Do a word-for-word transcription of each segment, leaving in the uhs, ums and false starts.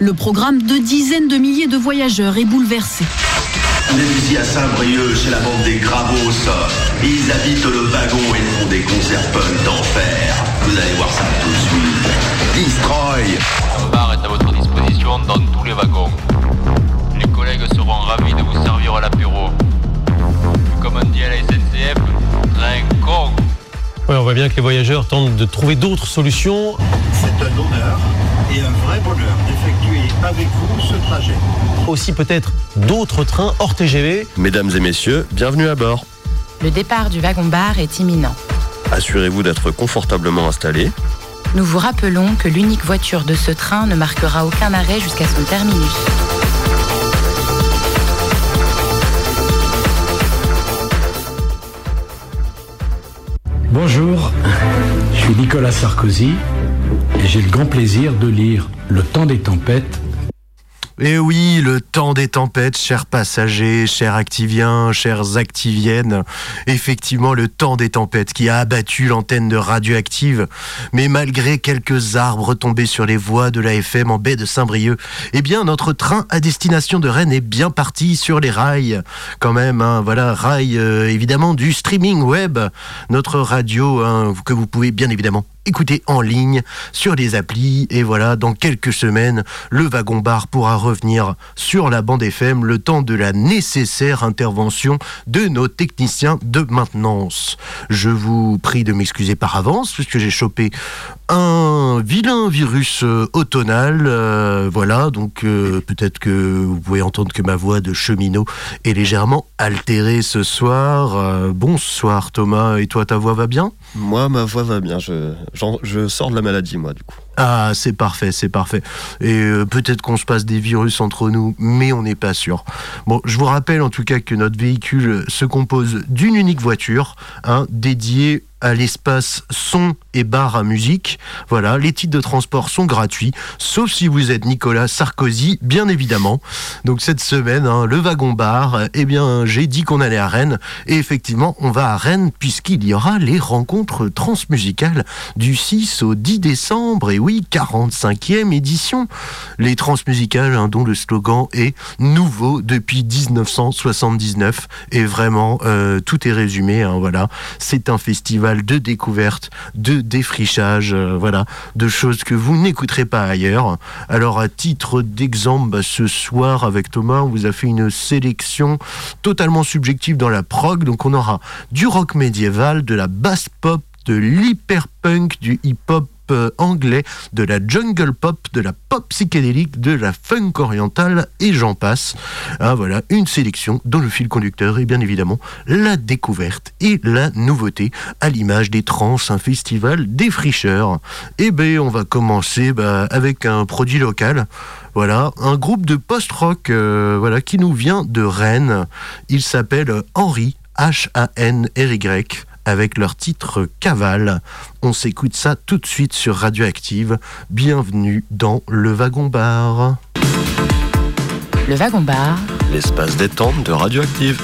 Le programme de dizaines de milliers de voyageurs est bouleversé. On est ici à Saint-Brieuc, chez la bande des Gravos. Ils habitent le wagon et font des concerts punk d'enfer. Vous allez voir ça tout de suite. Destroy. Un bar est à votre disposition dans tous les wagons. Les collègues seront ravis de vous servir à l'apéro. Comme on dit à la S N C F, train con. Ouais, on voit bien que les voyageurs tentent de trouver d'autres solutions. C'est un honneur et un vrai bonheur d'effectuer avec vous ce trajet. Aussi peut-être d'autres trains hors T G V. Mesdames et messieurs, bienvenue à bord. Le départ du wagon-bar est imminent. Assurez-vous d'être confortablement installés. Nous vous rappelons que l'unique voiture de ce train ne marquera aucun arrêt jusqu'à son terminus. Bonjour, je suis Nicolas Sarkozy et j'ai le grand plaisir de lire Le Temps des tempêtes. Et oui, le temps des tempêtes, chers passagers, chers activiens, chères activiennes. Effectivement, le temps des tempêtes qui a abattu l'antenne de Radioactive. Mais malgré quelques arbres tombés sur les voies de la F M en baie de Saint-Brieuc, eh bien, notre train à destination de Rennes est bien parti sur les rails. Quand même, hein, voilà, rails euh, évidemment du streaming web. Notre radio, hein, que vous pouvez bien évidemment écoutez en ligne sur les applis. Et voilà, dans quelques semaines, le wagon-bar pourra revenir sur la bande F M le temps de la nécessaire intervention de nos techniciens de maintenance. Je vous prie de m'excuser par avance puisque j'ai chopé un vilain virus euh, automnal. Euh, voilà, donc euh, peut-être que vous pouvez entendre que ma voix de cheminot est légèrement altérée ce soir. Euh, bonsoir Thomas, et toi, ta voix va bien ? Moi, ma voix va bien. Je, je sors de la maladie, moi, du coup. Ah, c'est parfait, c'est parfait. Et euh, peut-être qu'on se passe des virus entre nous, mais on n'est pas sûr. Bon, je vous rappelle en tout cas que notre véhicule se compose d'une unique voiture, hein, dédiée à l'espace son et bar à musique. Voilà, les titres de transport sont gratuits, sauf si vous êtes Nicolas Sarkozy, bien évidemment. Donc cette semaine, hein, le wagon-bar, eh bien, j'ai dit qu'on allait à Rennes, et effectivement, on va à Rennes puisqu'il y aura les rencontres transmusicales du six au dix décembre, et oui, quarante-cinquième édition. Les transmusicales, hein, dont le slogan est « Nouveau depuis dix-neuf cent soixante-dix-neuf », et vraiment, euh, tout est résumé, hein, voilà. C'est un festival de découverte, de défrichage, euh, voilà, de choses que vous n'écouterez pas ailleurs. Alors, à titre d'exemple, bah, ce soir, avec Thomas, on vous a fait une sélection totalement subjective dans la prog. Donc, on aura du rock médiéval, de la bass pop, de l'hyperpunk, du hip-hop anglais, de la jungle pop, de la pop psychédélique, de la funk orientale, et j'en passe. Ah, voilà, une sélection dont le fil conducteur est bien évidemment la découverte et la nouveauté, à l'image des trans, un festival défricheur. Et ben, on va commencer bah, avec un produit local. Voilà, un groupe de post-rock euh, voilà, qui nous vient de Rennes. Il s'appelle Henry, H A N R Y, avec leur titre Cavale. On s'écoute ça tout de suite sur Radioactive. Bienvenue dans le wagon-bar. Le wagon-bar, l'espace détente de Radioactive.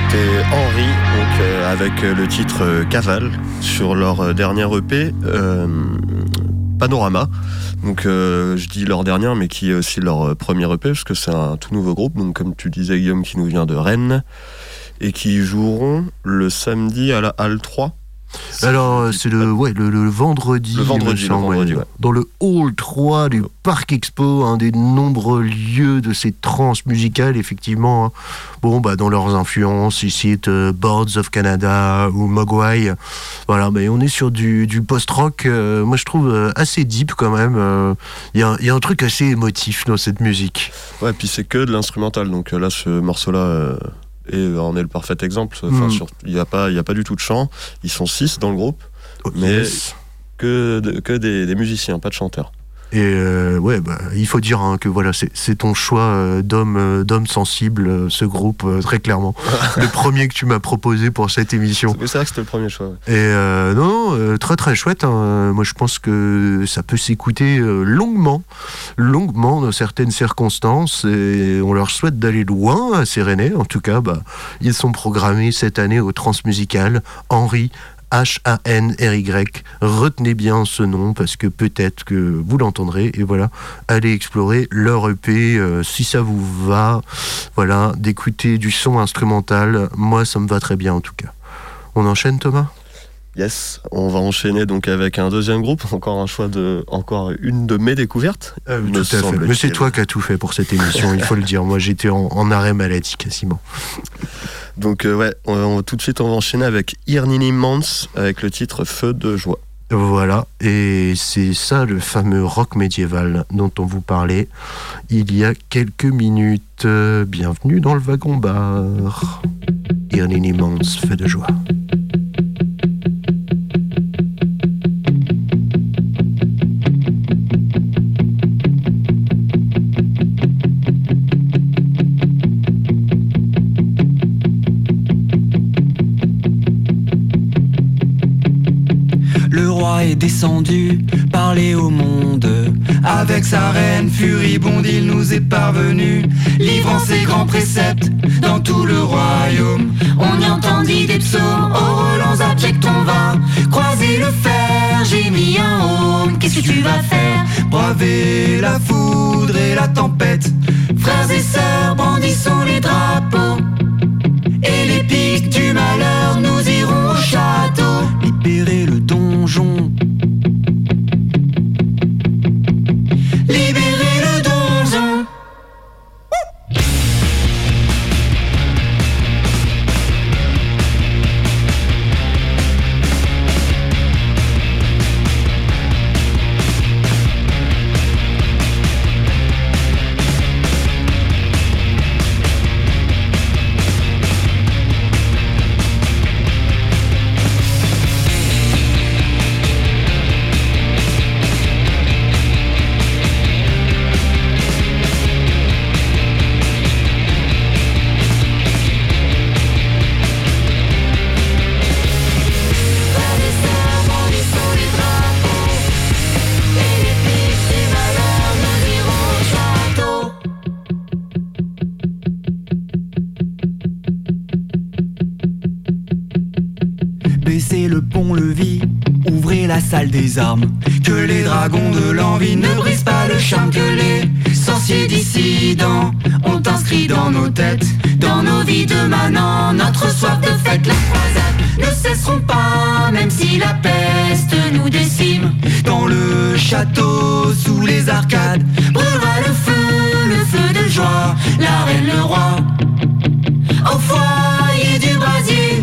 C'était Henry, donc, euh, avec le titre euh, Cavale, sur leur euh, dernière E P, euh, Panorama. Donc euh, je dis leur dernière, mais qui est aussi leur euh, première E P, parce que c'est un tout nouveau groupe, donc comme tu disais Guillaume, qui nous vient de Rennes, et qui joueront le samedi à la Halle trois. Alors c'est le, ouais, le, le vendredi, le vendredi, me semble, le vendredi ouais. ouais. Dans le Hall trois du Parc Expo, un des nombreux lieux de ces trans musicales, effectivement. Hein. Bon, bah, dans leurs influences, ils citent euh, Boards of Canada ou Mogwai. Voilà, mais on est sur du, du post-rock, euh, moi je trouve euh, assez deep quand même. Il euh, y, y a un truc assez émotif dans cette musique. Ouais, puis c'est que de l'instrumental, donc euh, là, ce morceau-là... Euh... Et on est le parfait exemple. Enfin, mmh. il n'y a pas, il y a pas du tout de chant. Ils sont six dans le groupe, oh, mais yes. que, de, que des, des musiciens, pas de chanteurs. Et euh, ouais, bah, il faut dire hein, que voilà, c'est, c'est ton choix euh, d'homme, euh, d'homme sensible, euh, ce groupe, euh, très clairement. Le premier que tu m'as proposé pour cette émission. C'est vrai que c'était le premier choix. Ouais. Et euh, non, non euh, très très chouette. Hein. Moi, je pense que ça peut s'écouter euh, longuement, longuement dans certaines circonstances. Et on leur souhaite d'aller loin à Sérénais. En tout cas, bah, ils sont programmés cette année au Transmusical. Henry. H A N R Y, retenez bien ce nom parce que peut-être que vous l'entendrez et voilà, allez explorer leur E P euh, si ça vous va, voilà, d'écouter du son instrumental, moi ça me va très bien en tout cas. On enchaîne Thomas ? Yes, on va enchaîner donc avec un deuxième groupe, encore un choix de, encore une de mes découvertes. Euh, tout à fait, mais c'est toi qui as tout fait pour cette émission, il faut le dire, moi j'étais en, en arrêt maladie quasiment. Donc euh, ouais, on, on, tout de suite on va enchaîner avec Irnini Mans avec le titre Feu de joie. Voilà, et c'est ça le fameux rock médiéval dont on vous parlait il y a quelques minutes. Bienvenue dans le wagon bar. Irnini Mans, Feu de joie. Est descendu, parler au monde. Avec sa reine furibonde, il nous est parvenu, livrant ses grands préceptes dans tout le royaume. On y entendit des psaumes, aux relents abjects on va croiser le fer, j'ai mis un home. Qu'est-ce que tu vas faire? Braver la foudre et la tempête. Frères et sœurs, brandissons les drapeaux. Et les pics du malheur, nous irons au château. Libérer le donjon. Libérer le donjon. Baissez le pont-levis, ouvrez la salle des armes. Que les dragons de l'envie ne brisent pas le charme. Que les sorciers dissidents ont inscrit dans nos têtes, dans nos vies de manants, notre soif de fête. Les croisades ne cesseront pas, même si la peste nous décime. Dans le château, sous les arcades, brûlera le feu, le feu de joie. La reine, le roi, au foyer du brasier.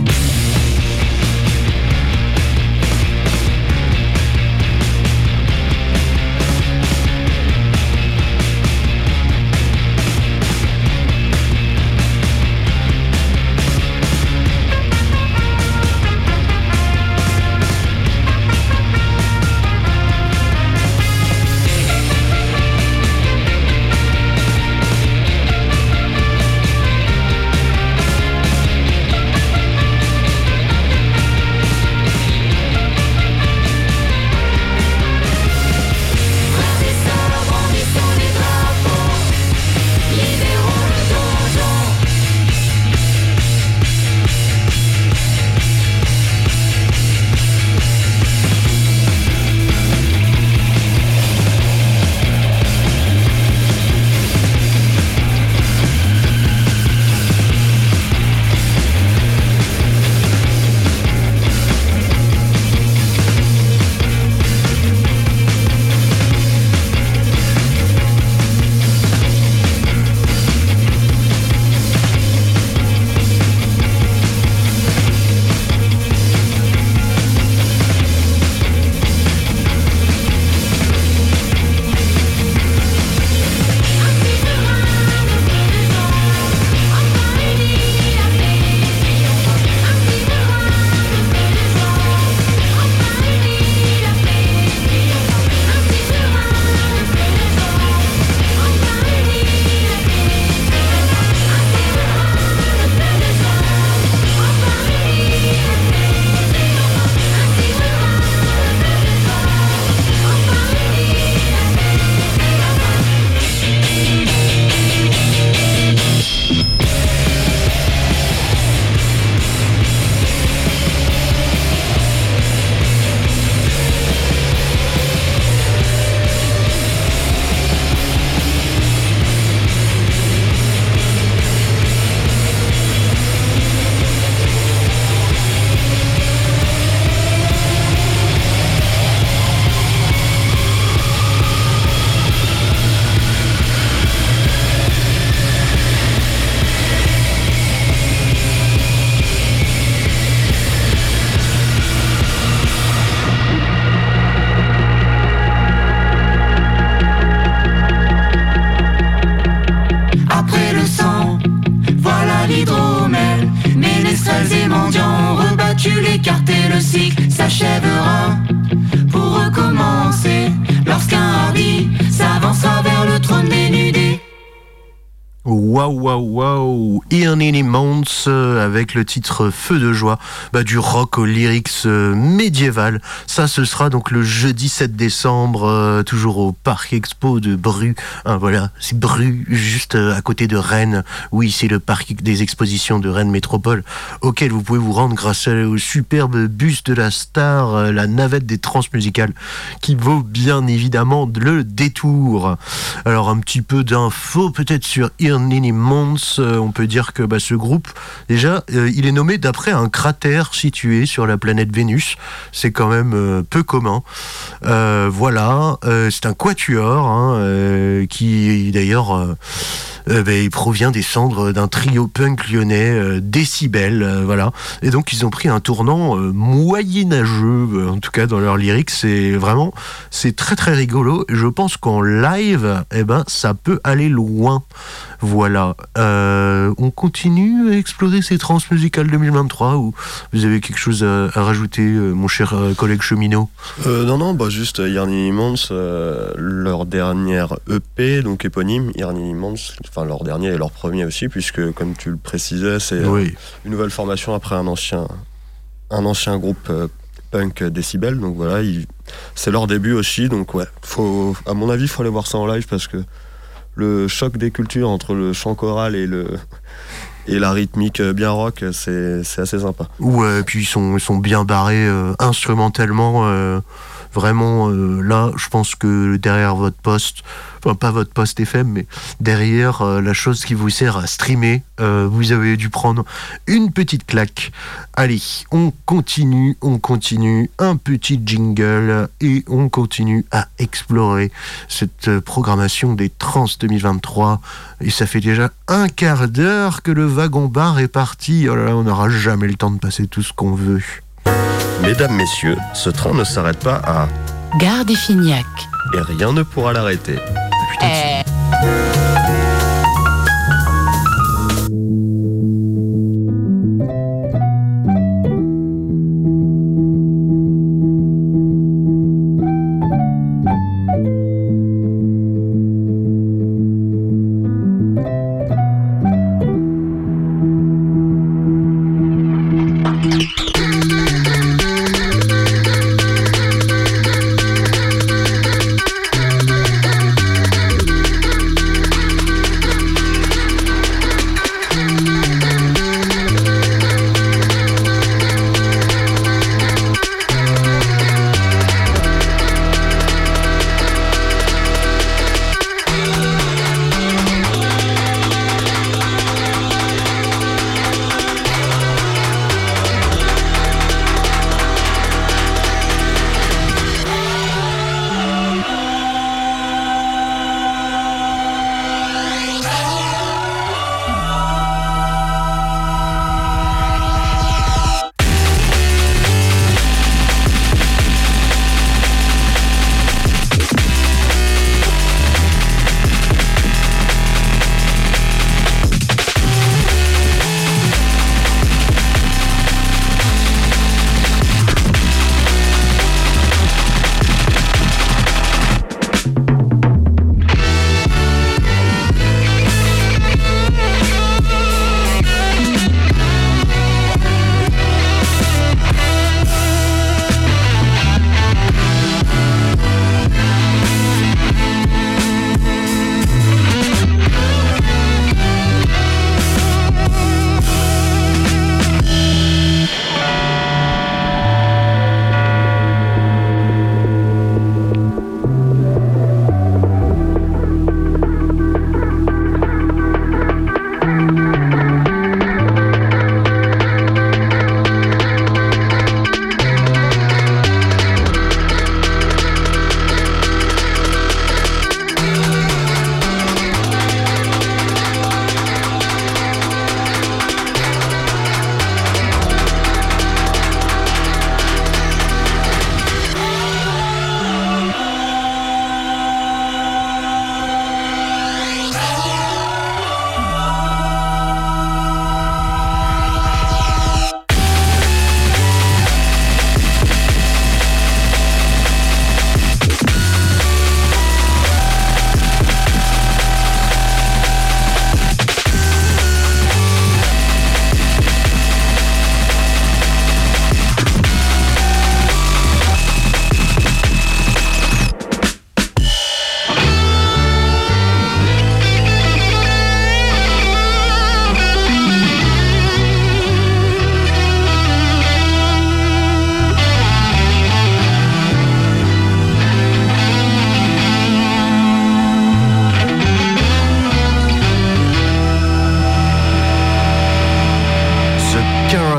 recul, écarter le cycle s'achèvera pour recommencer lorsqu'un hardi s'avancera vers le trône dénudé. Waouh, waouh, waouh, Ian Months avec le titre Feu de joie, bah, du rock aux lyrics euh, médiéval. Ça, ce sera donc le jeudi sept décembre, euh, toujours au Parc Expo de Bru. Hein, voilà, c'est Bru, juste euh, à côté de Rennes. Oui, c'est le parc des expositions de Rennes Métropole, auquel vous pouvez vous rendre grâce au superbe bus de la star, euh, la navette des transmusicales, qui vaut bien évidemment le détour. Alors, un petit peu d'infos peut-être sur Ian Months, euh, on peut dire que bah, ce groupe, déjà, euh, il est nommé d'après un cratère situé sur la planète Vénus. C'est quand même euh, peu commun. Euh, voilà, euh, c'est un quatuor hein, euh, qui, d'ailleurs, euh, euh, bah, il provient des cendres d'un trio punk lyonnais, euh, Décibel, euh, voilà. Et donc, ils ont pris un tournant euh, moyenâgeux, euh, en tout cas dans leur lyrique. C'est vraiment, c'est très très rigolo. Et je pense qu'en live, eh ben, ça peut aller loin. Voilà, euh, on continue à explorer ces transmusicales deux mille vingt-trois ou vous avez quelque chose à, à rajouter, euh, mon cher euh, collègue cheminot? euh, Non, non, bah juste Yarny Months, euh, leur dernière E P, donc éponyme, Yarny Months, enfin leur dernier et leur premier aussi, puisque comme tu le précisais, c'est oui. euh, une nouvelle formation après un ancien, un ancien groupe euh, punk Décibel, donc voilà, il, c'est leur début aussi, donc ouais, faut, à mon avis, il faut aller voir ça en live parce que le choc des cultures entre le chant choral et le et la rythmique bien rock, c'est c'est assez sympa. Ouais, et puis ils sont ils sont bien barrés euh, instrumentalement. Euh, vraiment, euh, là, je pense que derrière votre poste, enfin pas votre poste F M, mais derrière euh, la chose qui vous sert à streamer, euh, vous avez dû prendre une petite claque. Allez, on continue, on continue, un petit jingle et on continue à explorer cette programmation des Trans deux mille vingt-trois. Et ça fait déjà un quart d'heure que le wagon bar est parti. Oh là là, on n'aura jamais le temps de passer tout ce qu'on veut. Mesdames, messieurs, ce train ne s'arrête pas à Gare des Fignac. Et rien ne pourra l'arrêter. Putain, Euh...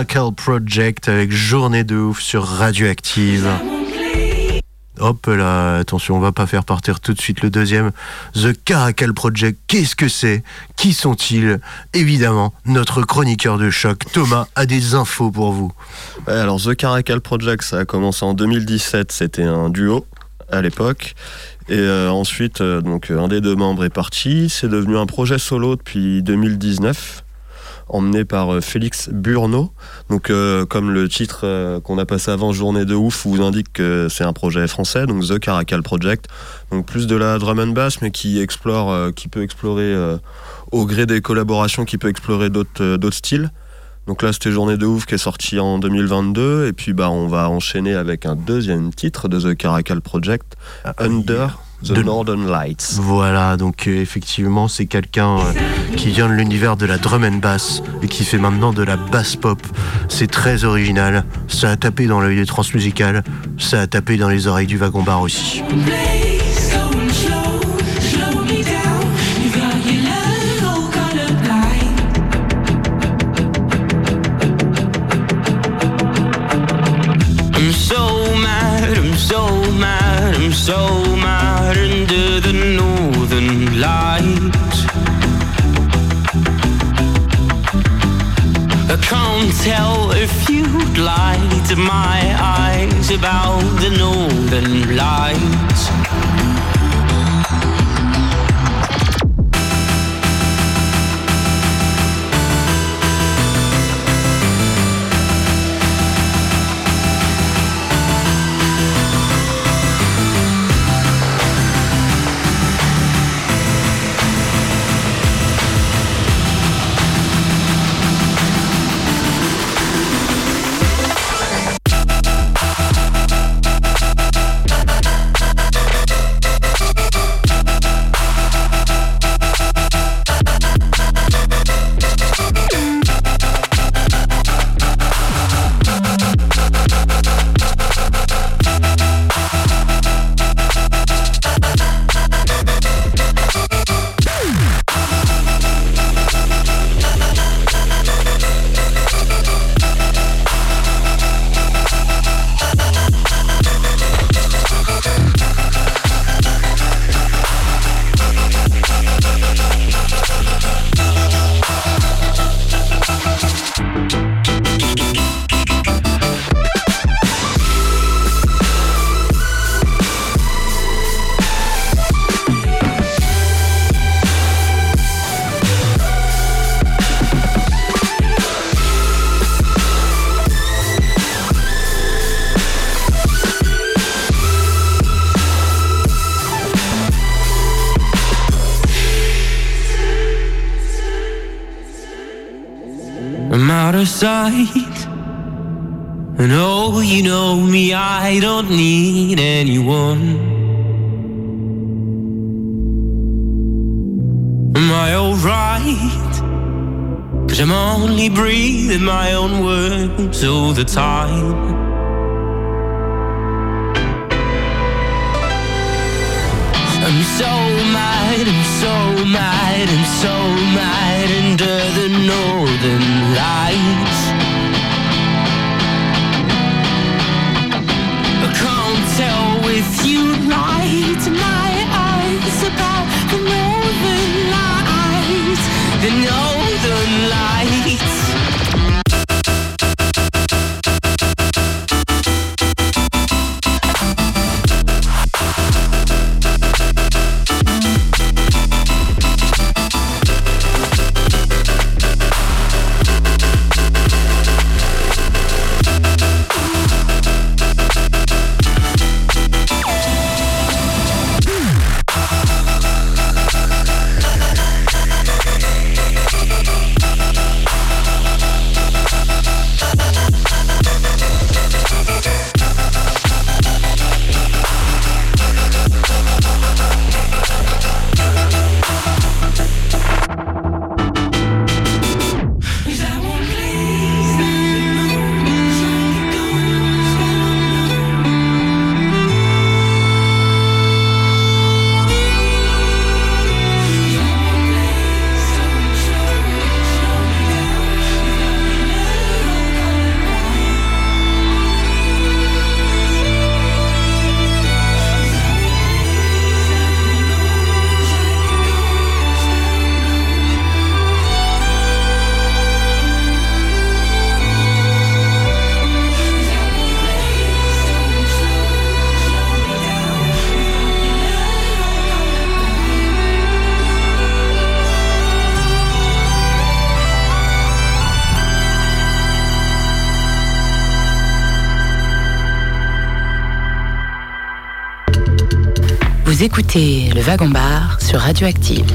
Caracal Project avec Journée de ouf sur Radioactive. Hop là, attention, on va pas faire partir tout de suite le deuxième. The Caracal Project, qu'est-ce que c'est? Qui sont-ils? Évidemment, notre chroniqueur de choc, Thomas, a des infos pour vous. Ouais, alors The Caracal Project, ça a commencé en deux mille dix-sept, c'était un duo à l'époque. Et euh, ensuite, euh, donc, un des deux membres est parti. C'est devenu un projet solo depuis deux mille dix-neuf. Emmené par euh, Félix Burneau. Donc, euh, comme le titre euh, qu'on a passé avant, Journée de ouf, vous indique que c'est un projet français, donc The Caracal Project. Donc, plus de la drum and bass, mais qui explore, euh, qui peut explorer euh, au gré des collaborations, qui peut explorer d'autres, euh, d'autres styles. Donc là, c'était Journée de ouf qui est sorti en deux mille vingt-deux, et puis bah on va enchaîner avec un deuxième titre de The Caracal Project, Under The de... Northern Lights. Voilà, donc euh, effectivement, c'est quelqu'un euh, qui vient de l'univers de la drum and bass et qui fait maintenant de la bass pop. C'est très original, ça a tapé dans l'œil des transmusicales, ça a tapé dans les oreilles du wagon bar aussi. So mad under the northern lights. I can't tell if you'd lie to my eyes about the northern lights. Sight. And oh, you know me, I don't need anyone. Am I alright? 'Cause I'm only breathing my own words all the time. I'm so mad, I'm so mad, I'm so mad under the northern lights. I can't tell if you lie to my eyes about the northern lights, the northern lights. Vous écoutez le Wagon Bar sur Radioactive.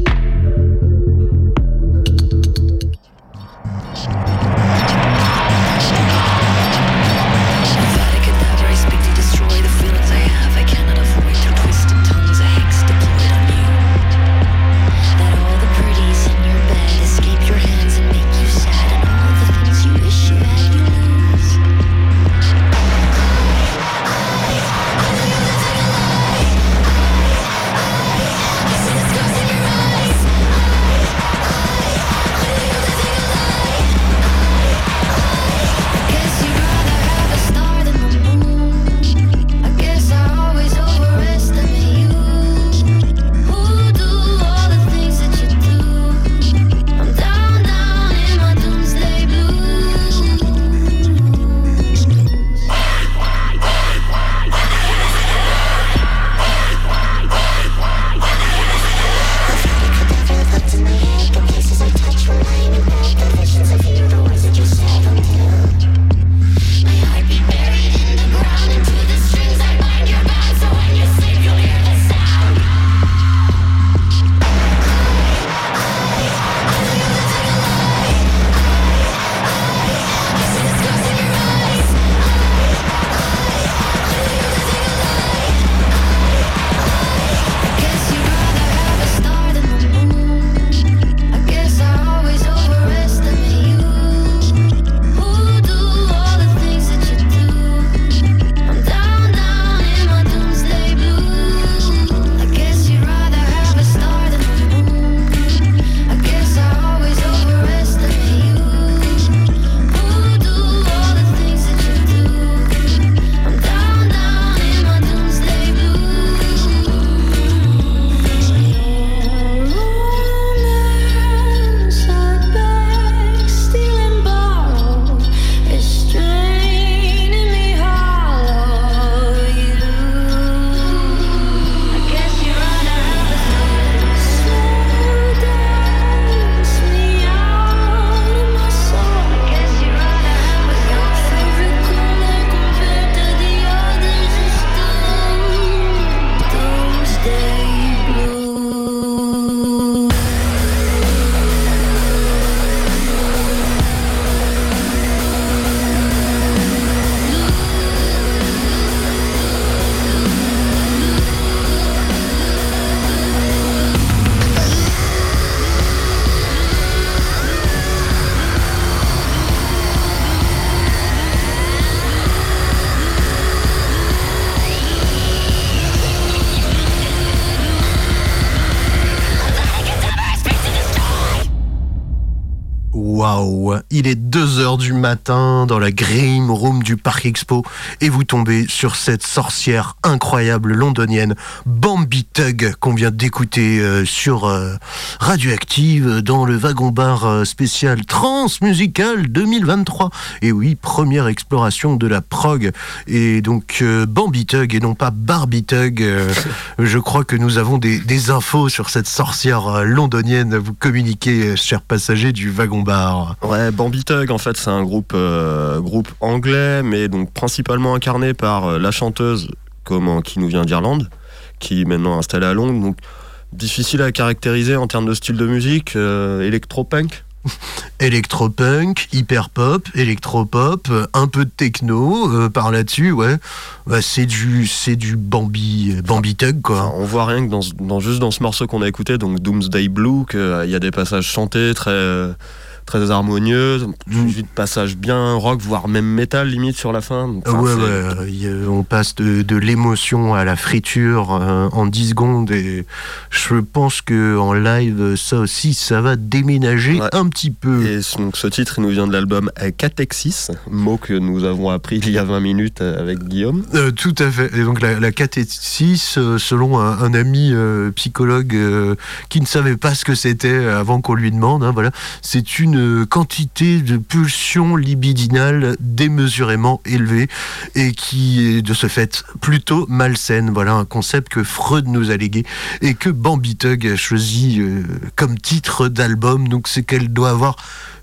Waouh, il est deux heures du matin dans la Green Room du Parc Expo et vous tombez sur cette sorcière incroyable londonienne, Bambi Tug, qu'on vient d'écouter euh, sur euh, Radioactive dans le Wagon Bar euh, spécial Transmusical deux mille vingt-trois. Et oui, première exploration de la prog. Et donc euh, Bambi Tug et non pas Barbie Tug. Euh, je crois que nous avons des, des infos sur cette sorcière euh, londonienne à vous communiquer, chers passagers du Wagon Bar. Ouais, Bambi Tug, en fait, c'est un groupe, euh, groupe anglais, mais donc principalement incarné par euh, la chanteuse comment, qui nous vient d'Irlande, qui est maintenant installée à Londres. Donc, difficile à caractériser en termes de style de musique, euh, électro-punk. Électro-punk, hyper-pop, électro-pop, un peu de techno euh, par là-dessus, ouais. Bah, c'est du, c'est du Bambi, Bambi Tug, quoi. Enfin, on voit rien que dans, dans, juste dans ce morceau qu'on a écouté, donc Doomsday Blue, qu'il euh, y a des passages chantés très... Euh, très harmonieuse, mmh. de passage bien rock, voire même métal limite sur la fin. Enfin, ouais, ouais, on passe de, de l'émotion à la friture euh, en dix secondes et je pense qu'en live, ça aussi, ça va déménager ouais. un petit peu. Et donc, ce titre, il nous vient de l'album Catexis, mot que nous avons appris il y a vingt minutes avec Guillaume. Euh, tout à fait. Et donc la, la Catexis, euh, selon un, un ami euh, psychologue euh, qui ne savait pas ce que c'était avant qu'on lui demande, hein, voilà, c'est une quantité de pulsions libidinales démesurément élevée et qui est de ce fait plutôt malsaine. Voilà un concept que Freud nous a légué et que Bambi Tug a choisi euh, comme titre d'album. Donc c'est qu'elle doit avoir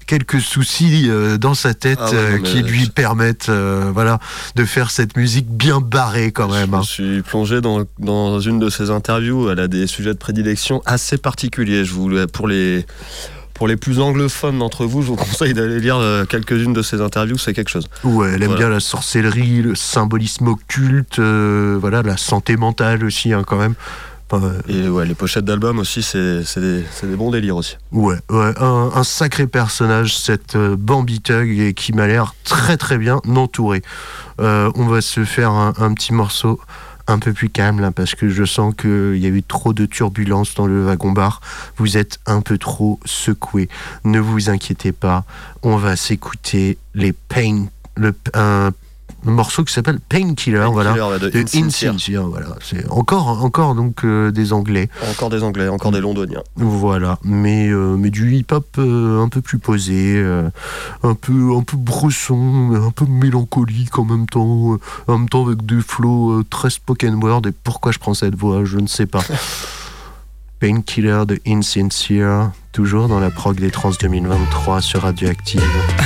quelques soucis euh, dans sa tête ah ouais, euh, qui lui je... permettent euh, voilà, de faire cette musique bien barrée quand même. Je hein. me suis plongé dans, dans une de ses interviews. Elle a des sujets de prédilection assez particuliers. Je voulais, pour les... Pour les plus anglophones d'entre vous, je vous conseille d'aller lire quelques-unes de ces interviews, c'est quelque chose. Ouais, elle aime voilà. bien la sorcellerie, le symbolisme occulte, euh, voilà, la santé mentale aussi, hein, quand même. Enfin, euh... Et ouais, les pochettes d'albums aussi, c'est, c'est, des, c'est des bons délires aussi. Ouais, ouais un, un sacré personnage, cette euh, Bambi Thug, et qui m'a l'air très très bien entouré. Euh, on va se faire un, un petit morceau un peu plus calme là, parce que je sens qu'il y a eu trop de turbulences dans le wagon-bar. Vous êtes un peu trop secoué. Ne vous inquiétez pas. On va s'écouter les Pain, le, un, un morceau qui s'appelle Painkiller, Pain voilà, Killer, de, de Insincere. Voilà, c'est encore, encore donc euh, des Anglais. Encore des Anglais, encore des Londoniens. Voilà, mais euh, mais du hip-hop euh, un peu plus posé, euh, un peu un peu bresson, un peu mélancolique en même temps, euh, en même temps avec des flows euh, très spoken word. Et pourquoi je prends cette voix, je ne sais pas. Painkiller de Insincere, toujours dans la prog des Trans deux mille vingt-trois sur Radioactive.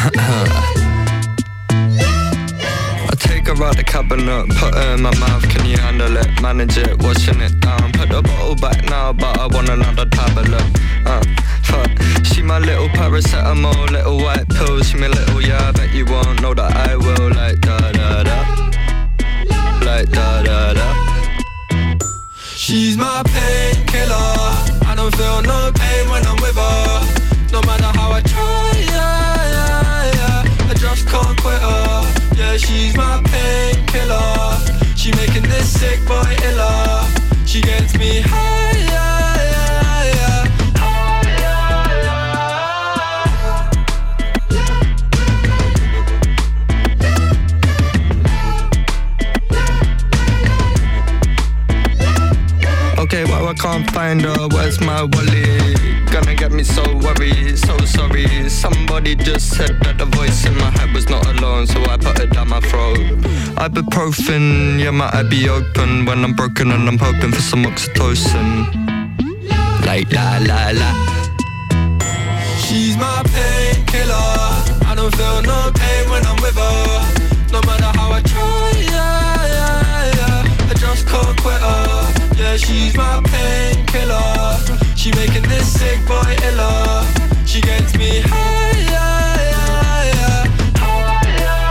Take her out the cabinet, put her in my mouth, can you handle it? Manage it, washing it down. Put the bottle back now, but I want another tablet. Uh, fuck. She my little paracetamol, little white pill. She my little, yeah, I bet you won't know that I will. Like da da da, like da da da. She's my painkiller. I don't feel no pain when I'm with her. No matter how I try, yeah, yeah, yeah. I just can't quit her. Yeah, she's my painkiller. She making this sick boy iller. She gets me high, yeah, yeah, yeah. High, yeah, yeah. Okay, well I can't find her. Where's my wallet? Gonna get me so worried, so sorry. Somebody just said that the voice in my head was not alone, so I put it down my throat. Ibuprofen, yeah, my eye be open when I'm broken and I'm hoping for some oxytocin. Like la la la. She's my painkiller. I don't feel no pain when I'm with her. No matter how I try, yeah, yeah, yeah. I just can't quit her. Yeah, she's my painkiller. She making this sick boy iller. She gets me high, yeah, yeah, yeah. High,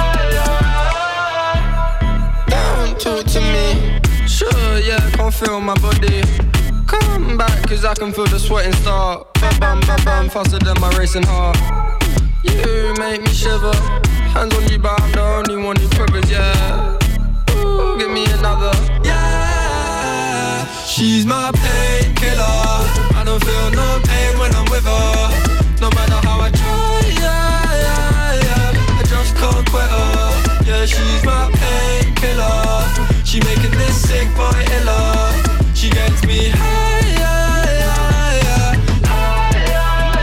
yeah, yeah. Don't talk to me. Sure, yeah, I can't feel my body. Come back, cause I can feel the sweating start. Bam, bam, bam, bam, faster than my racing heart. You make me shiver. Hands on you, but I'm the only one who quivers, yeah. Ooh, give me another, yeah. She's my painkiller. I don't feel no pain when I'm with her. No matter how I try, yeah, yeah, yeah. I just can't quit her. Yeah, she's my painkiller. She making this sick boy iller. She gets me high, yeah, yeah, yeah. High, yeah,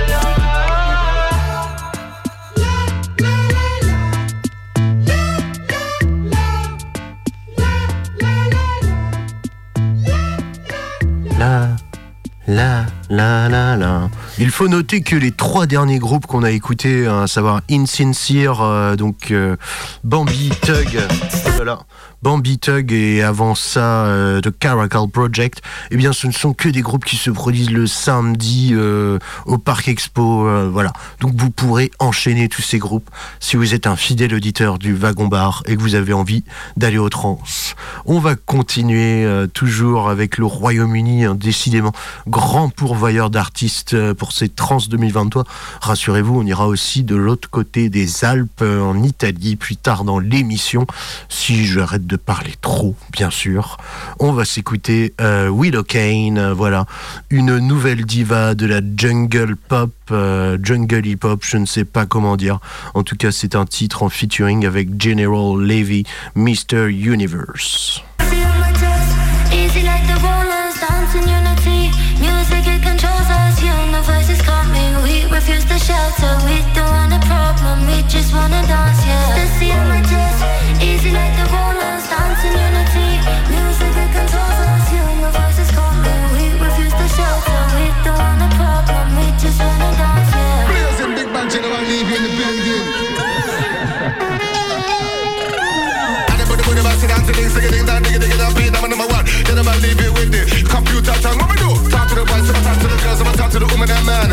La, la, la, la, la. Il faut noter que les trois derniers groupes qu'on a écoutés, hein, à savoir Insincere, euh, donc euh, Bambi Thug, voilà, Bambi Thug et avant ça euh, The Caracal Project, eh bien ce ne sont que des groupes qui se produisent le samedi euh, au Parc Expo, euh, voilà. Donc vous pourrez enchaîner tous ces groupes si vous êtes un fidèle auditeur du Wagon Bar et que vous avez envie d'aller au trans. On va continuer euh, toujours avec le Royaume-Uni, hein, décidément grand pourvoyeur d'artistes euh, pour ces trans deux mille vingt-trois. Rassurez-vous, on ira aussi de l'autre côté des Alpes, euh, en Italie, plus tard dans l'émission, si j'arrête de parler trop, bien sûr. On va s'écouter euh, Willow Kane, euh, voilà, une nouvelle diva de la jungle pop, euh, jungle hip hop, je ne sais pas comment dire. En tout cas, c'est un titre en featuring avec General Levy, mister Universe. Easy like the rollers, dancing unity. Music, it controls us. Universe is coming. We refuse to shelter. We don't want a problem. We just wanna dance, yeah. The sea on my chest. Easy like the rollers, dancing unity. Music, it controls us. Universe is coming. We refuse to shelter. We don't want a problem. We just wanna dance, yeah. Players in big band, general leave.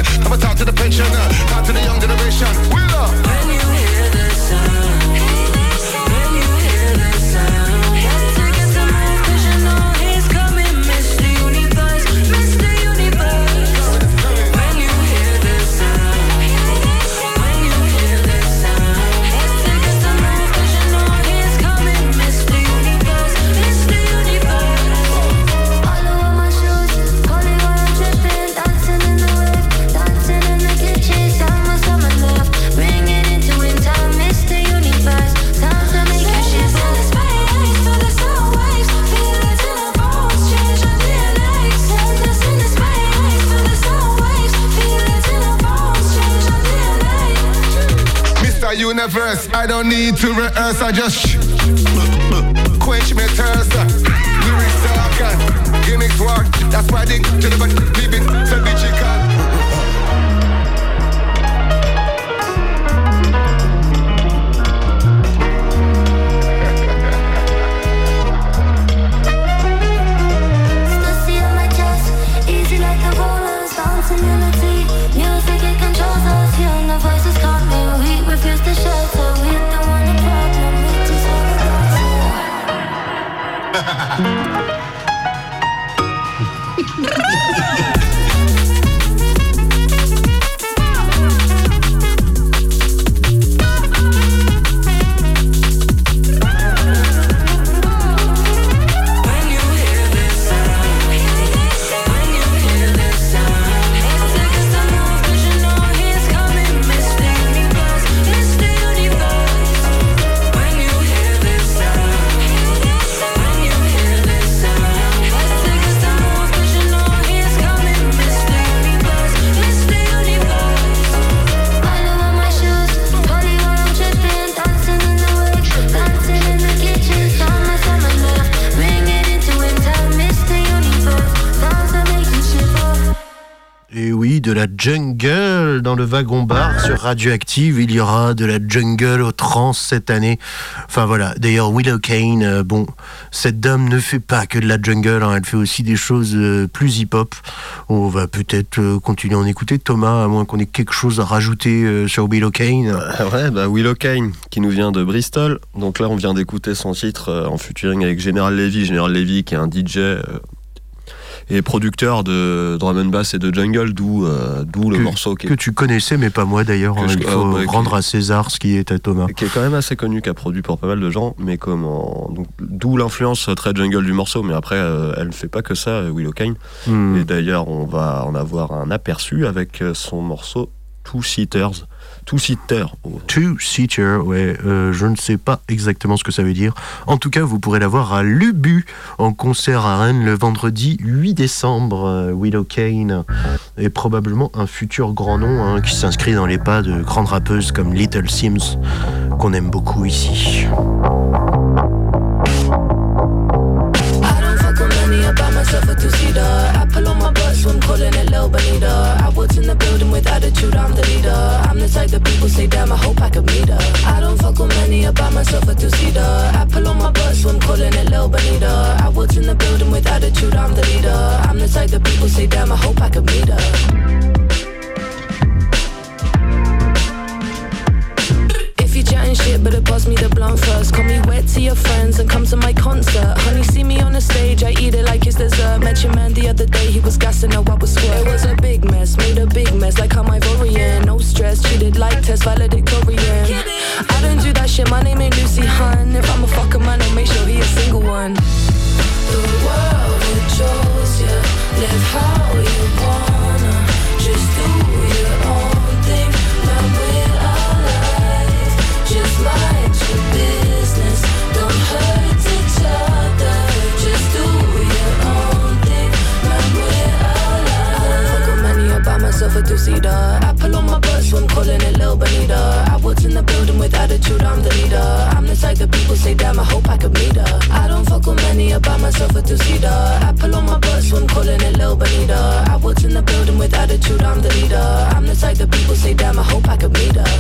I'ma talk to the pensioner, talk to the young generation. Will up. When you hear the sound, when you hear the sound, take it to move 'cause you know he's coming, Mister Universe, Mister Universe. When you hear the sound, when you hear the sound, take it to move 'cause you know he's coming, Mister Universe, Mister Universe. All over my shoes, holy while I'm tripping, dancing in the wave, dancing in the kitchen, summer, summer love, bring it into in time, Mister Universe, time to make you shiver. Send us space for the sound waves, feel it in our bones, change our D N A. Send us into space for the sound waves, feel it in our bones, change our D N A. Mister Universe, I don't need to rehearse, I just sh- quench my thirst. Lyrics talk and gimmicks work. That's why they to the back, leave it so digital. Stussy on my chest, easy like the rollers, bouncing unity. Music, it controls us, universe is calling. We refuse to shelter, we don't want a problem, we just want a dancer. When you hear the sound, when you hear the sound, take it to move 'cause you know he's coming, Mister Universe, Mister Universe. When you hear the sound, when you hear the sound, take it to move 'cause you know he's coming, Mister Universe, Mister Universe. All over my shoes, holy while I'm tripping, dancing in the wave, dancing in the kitchen, summer, summer love, bring it into in time, Mister Universe, time to make you shiver. Et oui, de la jungle dans le wagon bar sur Radioactive. Il y aura de la jungle au trans cette année. Enfin voilà, d'ailleurs Willow Kane, euh, bon, cette dame ne fait pas que de la jungle, hein, elle fait aussi des choses euh, plus hip-hop. On va peut-être euh, continuer à en écouter, Thomas, à moins qu'on ait quelque chose à rajouter euh, sur Willow Kane. Euh, ouais, bah Willow Kane, qui nous vient de Bristol. Donc là, on vient d'écouter son titre euh, en featuring avec General Levy. General Levy, qui est un D J euh, et producteur de drum and bass et de jungle, d'où euh, d'où le que, morceau qui est, que tu connaissais, mais pas moi d'ailleurs. Que hein, je- il faut ah, bah, rendre qui- à César ce qui est à Thomas. qui est quand même assez connu, qui a produit pour pas mal de gens, mais comment donc, d'où l'influence très jungle du morceau. Mais après, euh, elle ne fait pas que ça, euh, Willow Kane. Hmm. Et d'ailleurs, on va en avoir un aperçu avec euh, son morceau Two Seaters. Two Seater. Oh. Two-seater, ouais, euh, je ne sais pas exactement ce que ça veut dire. En tout cas, vous pourrez la voir à l'Ubu en concert à Rennes le vendredi huit décembre. Euh, Willow Kane est probablement un futur grand nom hein, qui s'inscrit dans les pas de grandes rappeuses comme Little Sims, qu'on aime beaucoup ici. I don't fuck with many, I buy myself a two-seater. Apple on my butt, so I'm calling it Lil Bonita. I was in the building with attitude, I'm the leader. I'm the type that people say, damn, I hope I could meet her. I don't fuck with many, I buy myself a two-seater. Apple on my butt, so I'm calling it Lil Bonita. I was in the building with attitude, I'm the leader. I'm the type that people say, damn, I hope I could meet her. If you chatting shit, better pass me the blunt first. Call me wet to your friends and come to my concert. Honey, see me on the stage, I eat it like it's dessert. Met your man the other day, he was gassing her, I was sweat. It was a big mess, made a big mess, like I'm Ivorian. No stress, treated like Tess valedictorian. I don't do that shit, my name ain't Lucy Hun. If I'm a fucker man, I'll make sure he a single one. The world it chose you, live how you wanna. Just do your own thing, man, we're alive. Just mind your business, don't hurt each other. Just do your own thing, man, we're alive. I don't fuck with money, I buy myself a two-seater. Apple on my butt, so I'm calling it Lil Bonita. I was in the building with attitude, I'm the leader. I'm the type that people say, damn, I hope I could meet her. I don't fuck with money, I buy myself a two-seater. Apple on my butt, so I'm calling it Lil Bonita. I was in the building with attitude, I'm the leader. I'm the type that people say, damn, I hope I could meet her.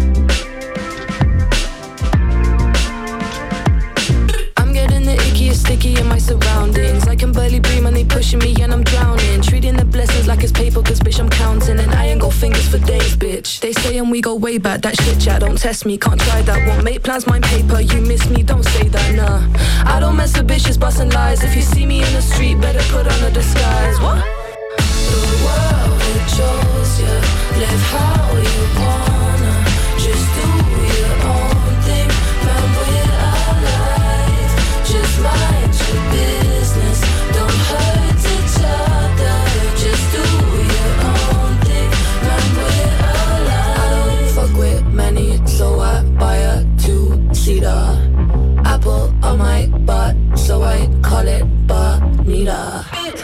The icky is sticky in my surroundings. I can barely breathe and they pushing me and I'm drowning. Treating the blessings like it's paper, cause bitch I'm counting. And I ain't we go way back. That shit chat, don't test me, can't try that. Won't make plans, mind paper, you miss me, don't say that, nah. I don't mess with bitches, bustin' lies. If you see me in the street, better put on a disguise. What? The world, it chose you. Live how you wanna. Just do your own thing. Man, we're alive. Just mind your business. Don't hurt each other. Just do your own thing. Man, we're alive. I don't fuck with many, so I buy a two-seater. Apple on my butt, so I call it Bonita.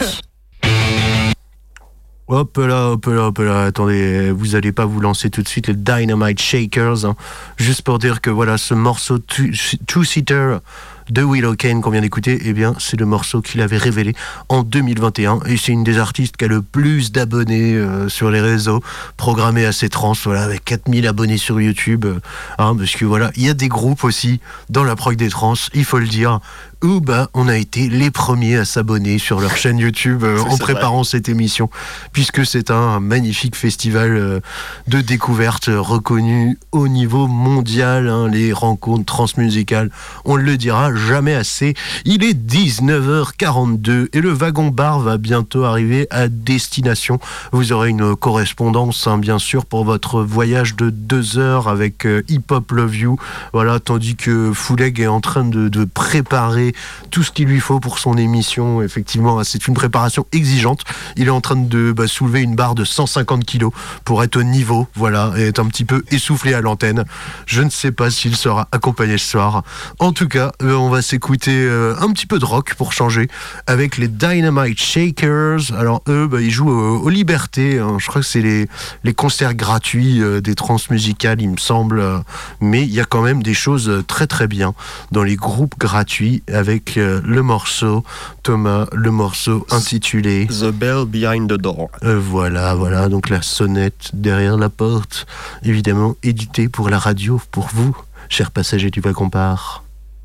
Hop là, hop là, hop là, attendez, vous allez pas vous lancer tout de suite les Dynamite Shakers, hein, juste pour dire que voilà, ce morceau Two-Seater de Willow Kane qu'on vient d'écouter, eh bien, c'est le morceau qu'il avait révélé en deux mille vingt et un, et c'est une des artistes qui a le plus d'abonnés euh, sur les réseaux, programmée à ses trans, voilà, avec quatre mille abonnés sur YouTube, euh, hein, parce que voilà, il y a des groupes aussi dans la prog des trans, il faut le dire, où bah, on a été les premiers à s'abonner sur leur chaîne YouTube euh, en préparant vrai. cette émission, puisque c'est un magnifique festival euh, de découverte euh, reconnu au niveau mondial, hein, les rencontres transmusicales, on le dira jamais assez. Il est dix-neuf heures quarante-deux et le wagon bar va bientôt arriver à destination. Vous aurez une correspondance, hein, bien sûr, pour votre voyage de deux heures avec euh, Hip Hop Love You, voilà, tandis que Fouleg est en train de, de préparer tout ce qu'il lui faut pour son émission. Effectivement, c'est une préparation exigeante. Il est en train de bah, soulever une barre de cent cinquante kilos pour être au niveau, voilà, et être un petit peu essoufflé à l'antenne. Je ne sais pas s'il sera accompagné ce soir. En tout cas, euh, on va s'écouter euh, un petit peu de rock pour changer avec les Dynamite Shakers. Alors eux, bah, ils jouent euh, aux Libertés, hein. Je crois que c'est les, les concerts gratuits euh, des transmusicales, il me semble. Euh, mais il y a quand même des choses euh, très très bien dans les groupes gratuits, avec euh, le morceau, Thomas, le morceau intitulé The Bell Behind the Door. Euh, voilà, voilà, donc la sonnette derrière la porte, évidemment édité pour la radio, pour vous, chers passagers du wagon-bar.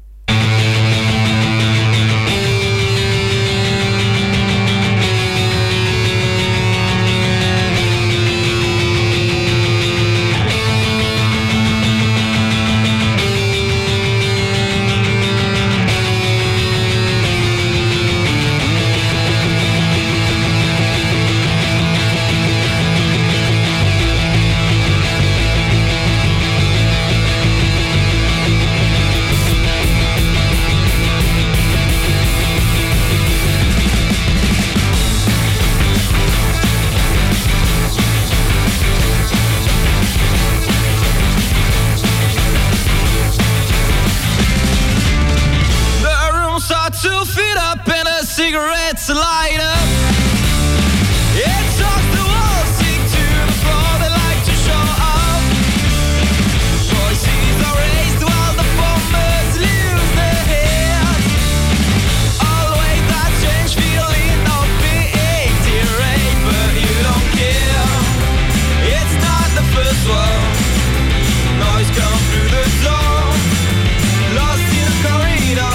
Cigarettes light up. It talks the walls, stick to the floor. They like to show up. Voices are raised while the bombers lose their heads. Always that strange feeling of being deranged, but you don't care. It's not the first one. Noise comes through the door. Lost in the corridor.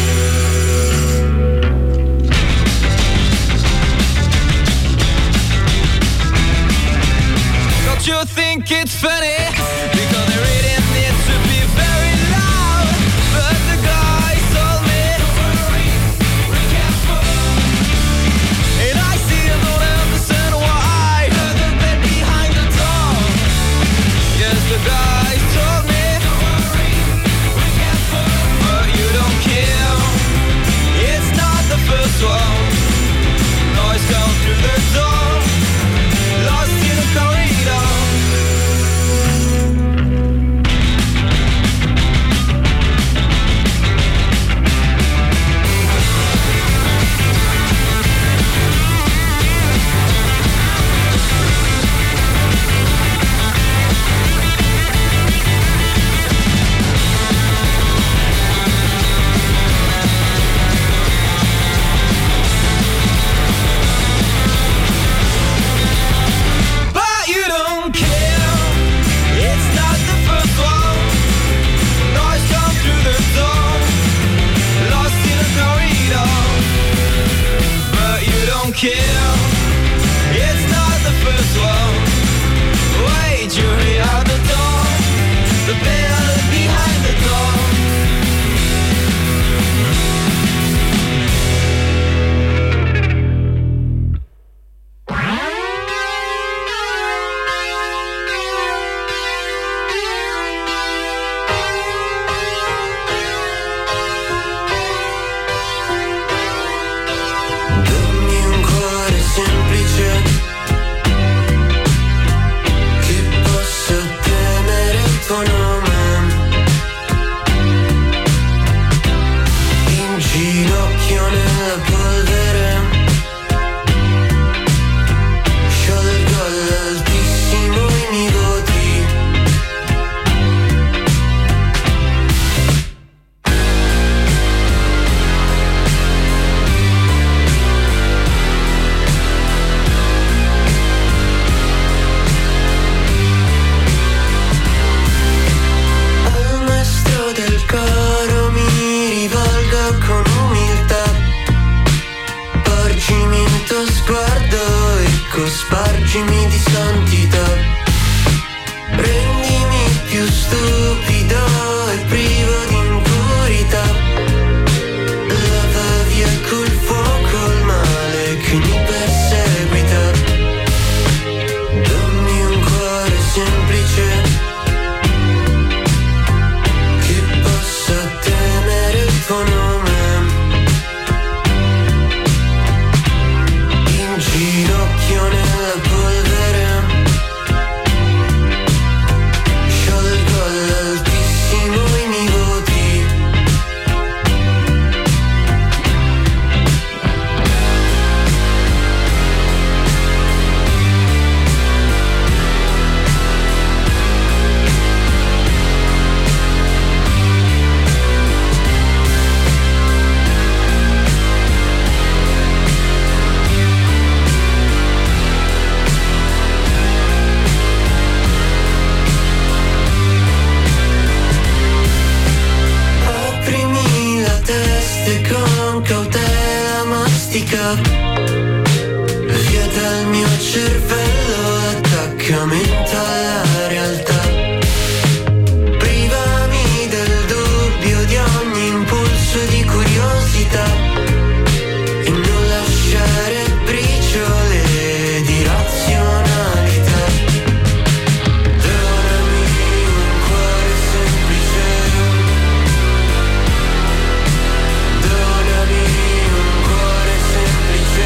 You think it's funny because the rhythm needs to be very loud, but the guy told me don't worry, be careful, and I still don't understand why the bed behind the door. Yes, the guy told me don't worry, be careful, but you don't care. It's not the first one. Noise comes through the door. Lost in the corridor. dimentica. Via dal mio cervello attaccamento alla realtà. Privami del dubbio di ogni impulso di curiosità e non lasciare briciole di razionalità. Donami un cuore semplice. Donami un cuore semplice.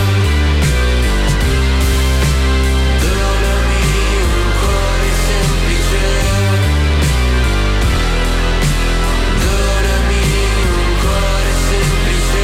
Donami un cuore semplice. Donami un cuore semplice.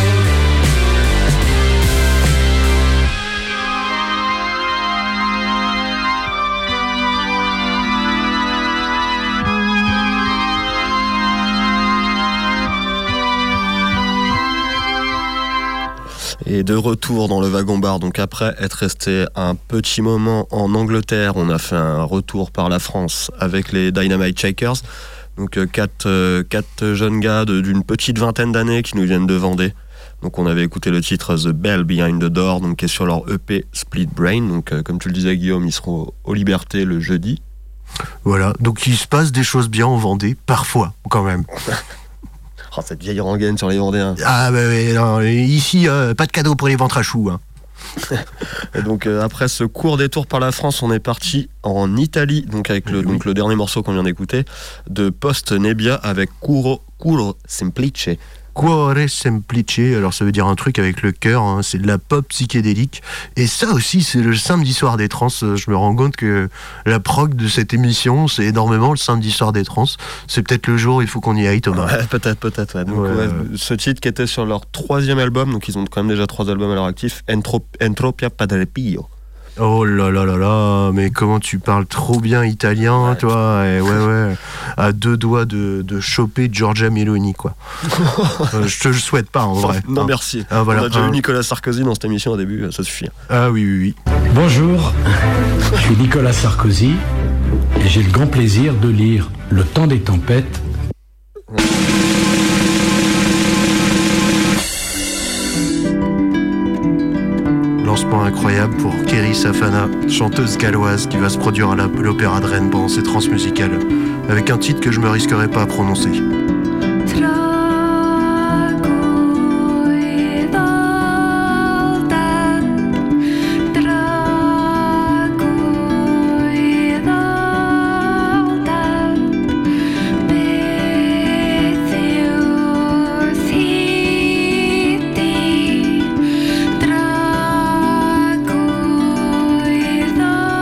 Et de retour dans le wagon-bar, donc après être resté un petit moment en Angleterre, on a fait un retour par la France avec les Dynamite Shakers. Donc euh, quatre, euh, quatre jeunes gars de- d'une petite vingtaine d'années qui nous viennent de Vendée. Donc on avait écouté le titre The Bell Behind the Door, donc qui est sur leur E P Split Brain. Donc euh, comme tu le disais Guillaume, ils seront aux Libertés le jeudi. Voilà, donc il se passe des choses bien en Vendée, parfois, quand même. Oh, cette vieille rengaine sur les Vendéens. Ah, bah, ouais, non, ici, euh, pas de cadeau pour les ventres à choux. Hein. Et donc euh, après ce court détour par la France, on est parti en Italie, donc avec le, donc, le dernier morceau qu'on vient d'écouter, de Post Nebbia avec Curo, Curo Semplice. Cuore semplice, alors ça veut dire un truc avec le cœur, hein, c'est de la pop psychédélique. Et ça aussi, c'est le samedi soir des trans. Je me rends compte que la prog de cette émission, c'est énormément le samedi soir des trans. C'est peut-être le jour où il faut qu'on y aille, Thomas. Ouais, peut-être, peut-être. Ouais. Donc, Ouais. ouais, ce titre qui était sur leur troisième album, donc ils ont quand même déjà trois albums à leur actif, Entro, Entropia Padre Pio. Oh là là là là, mais comment tu parles trop bien italien, Ouais, toi. Et ouais, ouais, à deux doigts de, de choper Giorgia Meloni, quoi. Euh, je te le souhaite pas, en vrai. Non, Hein. merci. Ah, voilà. On a déjà Hein. eu Nicolas Sarkozy dans cette émission au début, ça suffit. Ah oui, oui, oui. Bonjour, je suis Nicolas Sarkozy et j'ai le grand plaisir de lire Le temps des tempêtes. Lancement incroyable pour Kerry Safana, chanteuse galloise qui va se produire à la- l'Opéra de Rennes pendant ses transmusicales, avec un titre que je me risquerais pas à prononcer.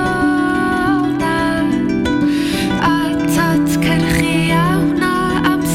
Atat cyrchu awna am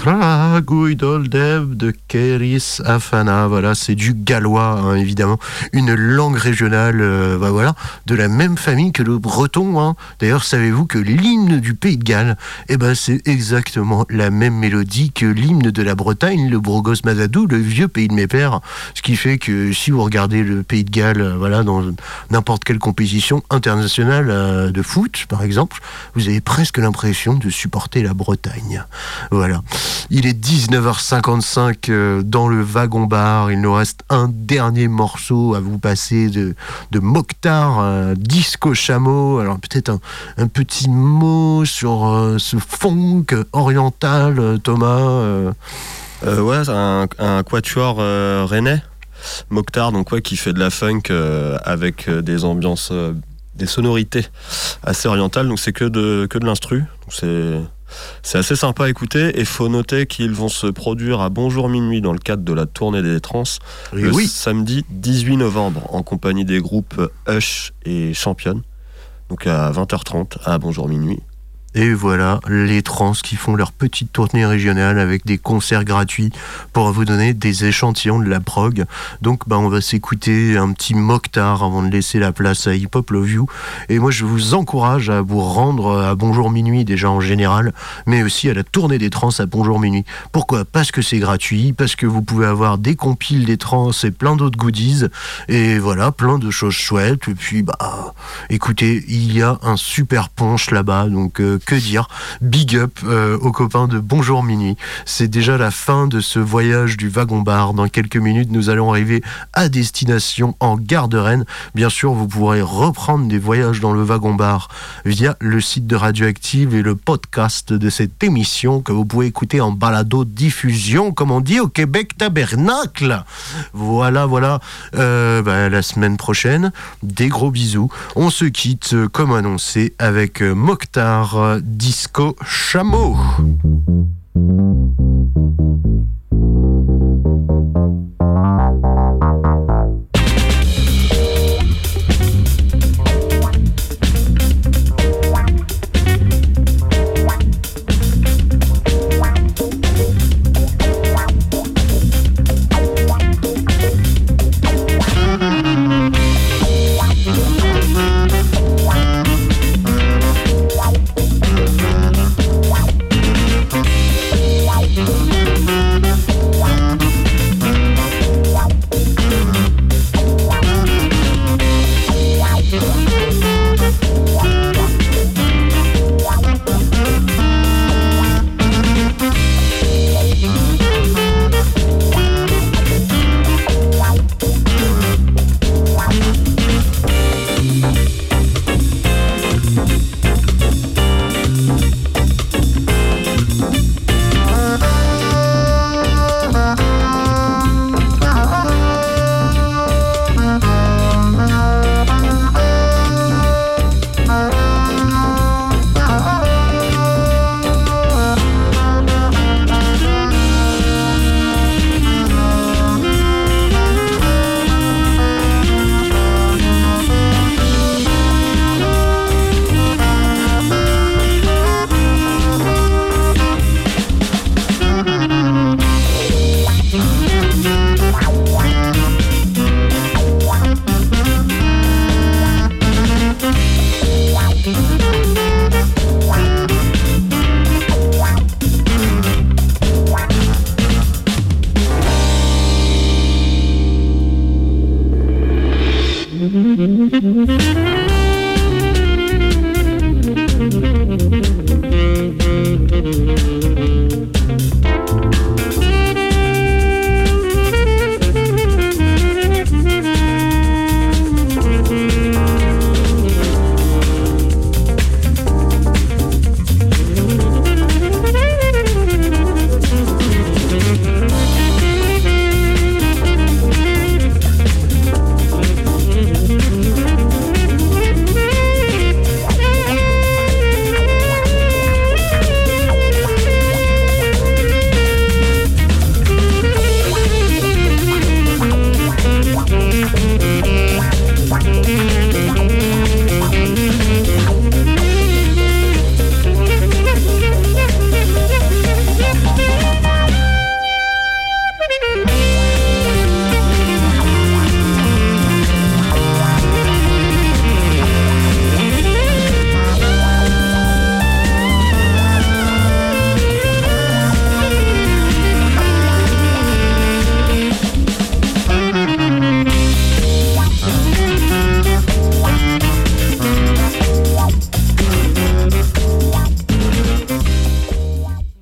Guidoldev de Keris Afana. Voilà, c'est du gallois, hein, évidemment. Une langue régionale, euh, bah voilà, de la même famille que le breton. Hein. D'ailleurs, savez-vous que l'hymne du Pays de Galles, eh ben, c'est exactement la même mélodie que l'hymne de la Bretagne, le Brogos Mazadou, le vieux pays de mes pères. Ce qui fait que si vous regardez le Pays de Galles, euh, voilà, dans n'importe quelle compétition internationale euh, de foot, par exemple, vous avez presque l'impression de supporter la Bretagne. Voilà. Il est dix-neuf heures cinquante-cinq euh, dans le wagon-bar. Il nous reste un dernier morceau à vous passer de, de Mokhtar, euh, Disco Chameau. Alors peut-être un, un petit mot sur euh, ce funk oriental, euh, Thomas euh... Euh, Ouais, c'est un, un quatuor euh, rennais, Mokhtar, donc ouais, qui fait de la funk euh, avec euh, des ambiances, euh, des sonorités assez orientales. Donc c'est que de, que de l'instru. Donc c'est... C'est assez sympa à écouter, et il faut noter qu'ils vont se produire à Bonjour Minuit dans le cadre de la tournée des Trans et le oui. samedi dix-huit novembre en compagnie des groupes Hush et Champion, donc à vingt heures trente à Bonjour Minuit. Et voilà, les trans qui font leur petite tournée régionale avec des concerts gratuits pour vous donner des échantillons de la prog. Donc bah, on va s'écouter un petit Mokhtar avant de laisser la place à Hip Hop Love You. Et moi je vous encourage à vous rendre à Bonjour Minuit déjà en général, mais aussi à la tournée des trans à Bonjour Minuit. Pourquoi ? Parce que c'est gratuit, parce que vous pouvez avoir des compiles des trans et plein d'autres goodies. Et voilà, plein de choses chouettes. Et puis bah écoutez, il y a un super punch là-bas, donc euh, que dire, big up euh, aux copains de Bonjour Minuit. C'est déjà la fin de ce voyage du wagon-bar. Dans quelques minutes, nous allons arriver à destination en gare de Rennes. Bien sûr, vous pourrez reprendre des voyages dans le wagon-bar via le site de Radioactive et le podcast de cette émission que vous pouvez écouter en balado-diffusion, comme on dit au Québec tabernacle. Voilà, voilà. Euh, bah, la semaine prochaine, des gros bisous. On se quitte, comme annoncé, avec Mokhtar, Disco Chameau.